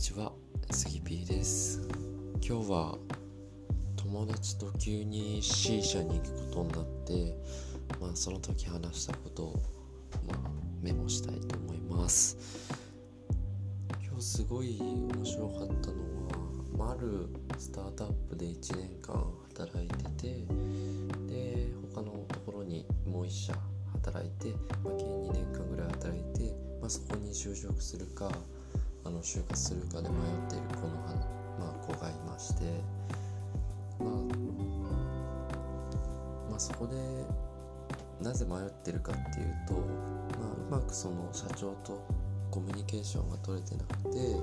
ちは、杉 P です。今日は友達と急に C 社に行くことになって、その時話したことを、メモしたいと思います。今日すごい面白かったのは、あるスタートアップで1年間働いてて、で他のところにもう1社働いて、計2年間ぐらい働いて、そこに就職するか就活するかで迷っている子がいまして、そこでなぜ迷ってるかっていうと、うまくその社長とコミュニケーションが取れてなくて、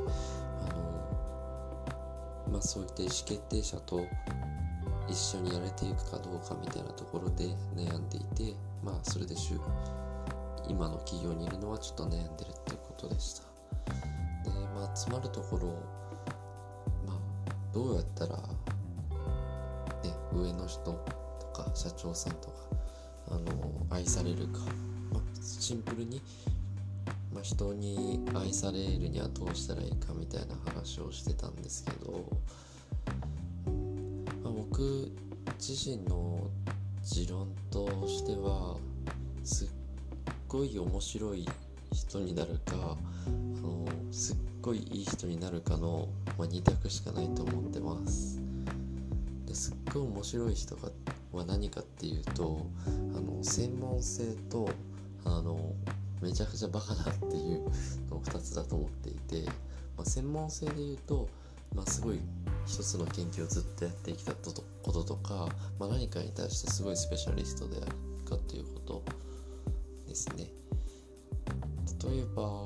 そういった意思決定者と一緒にやれていくかどうかみたいなところで悩んでいて、それで今の企業にいるのはちょっと悩んでるっていうことでした。で、つまるところ、どうやったら、上の人とか社長さんとか愛されるか、シンプルに、人に愛されるにはどうしたらいいかみたいな話をしてたんですけど、僕自身の持論としては、すっごい面白い人になるかすっごいいい人になるかの、2択しかないと思ってます。ですっごい面白い人は何かっていうと、専門性とめちゃくちゃバカだっていうの2つだと思っていて、専門性で言うと、すごい一つの研究をずっとやってきたこととか、何かに対してすごいスペシャリストであるかっていうことですね。例えば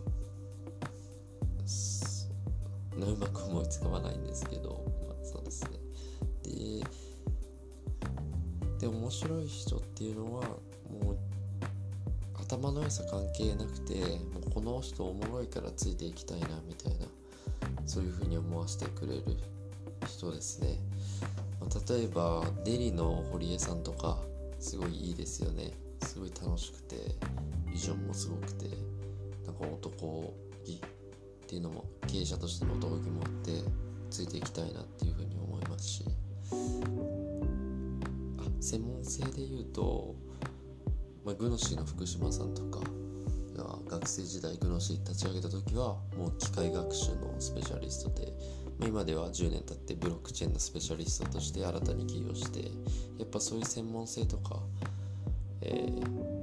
うまく思いつかないんですけど、そうですね。で面白い人っていうのは、もう頭の良さ関係なくて、もうこの人おもろいからついていきたいなみたいな、そういう風に思わせてくれる人ですね。例えばデリの堀江さんとかすごいいいですよね。すごい楽しくてビジョンもすごくて、男気っていうのも、経営者としての男気もあってついていきたいなっていう風に思いますし、専門性で言うと、グノシーの福島さんとかが学生時代グノシー立ち上げた時はもう機械学習のスペシャリストで、今では10年経ってブロックチェーンのスペシャリストとして新たに起業して、やっぱそういう専門性とか、で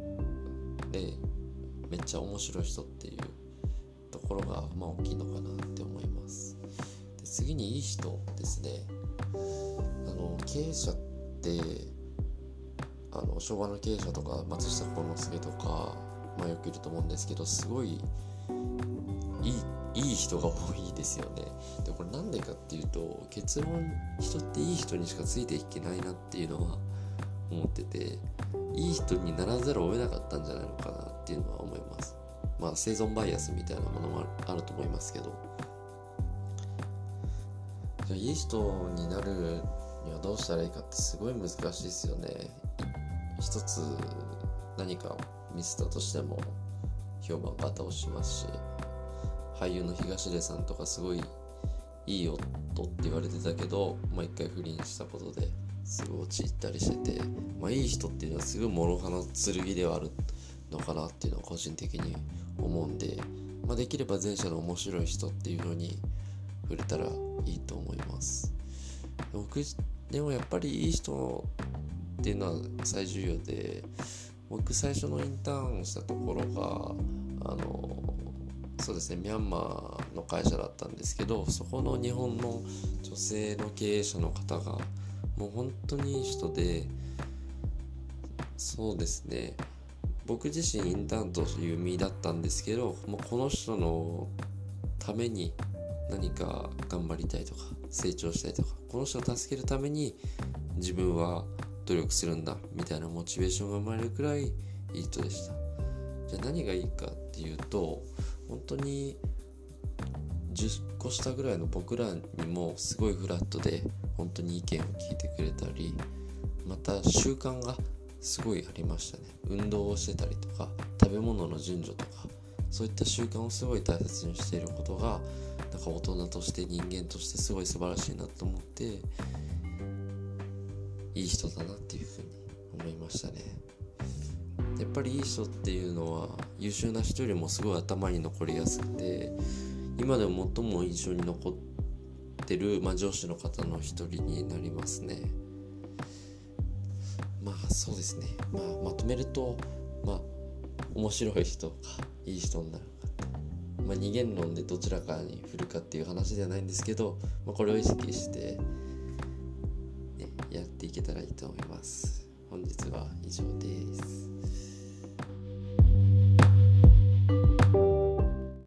めっちゃ面白い人っていうところが大きいのかなって思います。で、次にいい人ですね。経営者って昭和の経営者とか松下幸之助とか、よくいると思うんですけど、すごいいい人が多いですよね。でこれなんでかっていうと、結論、人っていい人にしかついていけないなっていうのは思ってて、いい人にならざるを得なかったんじゃないのかなっていうのは思います。生存バイアスみたいなものもあると思いますけど、じゃあいい人になるにはどうしたらいいかってすごい難しいですよね。一つ何かミスったとしても評判が後押しますし、俳優の東出さんとかすごいいい夫って言われてたけど、一回不倫したことですごい陥ったりしてて、いい人っていうのはすごい諸刃の剣ではあるのかなっていうのは個人的に思うんで、できれば前者の面白い人っていうのに触れたらいいと思います。でもやっぱりいい人っていうのは最重要で、僕最初のインターンしたところがそうですね、ミャンマーの会社だったんですけど、そこの日本の女性の経営者の方がもう本当にいい人で、そうですね、僕自身インターンという身だったんですけど、もうこの人のために何か頑張りたいとか成長したいとか、この人を助けるために自分は努力するんだみたいなモチベーションが生まれるくらいいい人でした。じゃあ何がいいかっていうと、本当に10個下ぐらいの僕らにもすごいフラットで本当に意見を聞いてくれたり、また習慣がすごいありましたね。運動をしてたりとか食べ物の順序とか、そういった習慣をすごい大切にしていることがなんか大人として人間としてすごい素晴らしいなと思って、いい人だなっていうふうに思いましたね。やっぱりいい人っていうのは優秀な人よりもすごい頭に残りやすくて、今でも最も印象に残ってる、上司の方の一人になりますね。そうですね、まとめると面白い人かいい人になるか、二元論でどちらかに振るかっていう話ではないんですけど、これを意識して、やっていけたらいいと思います。本日は以上です。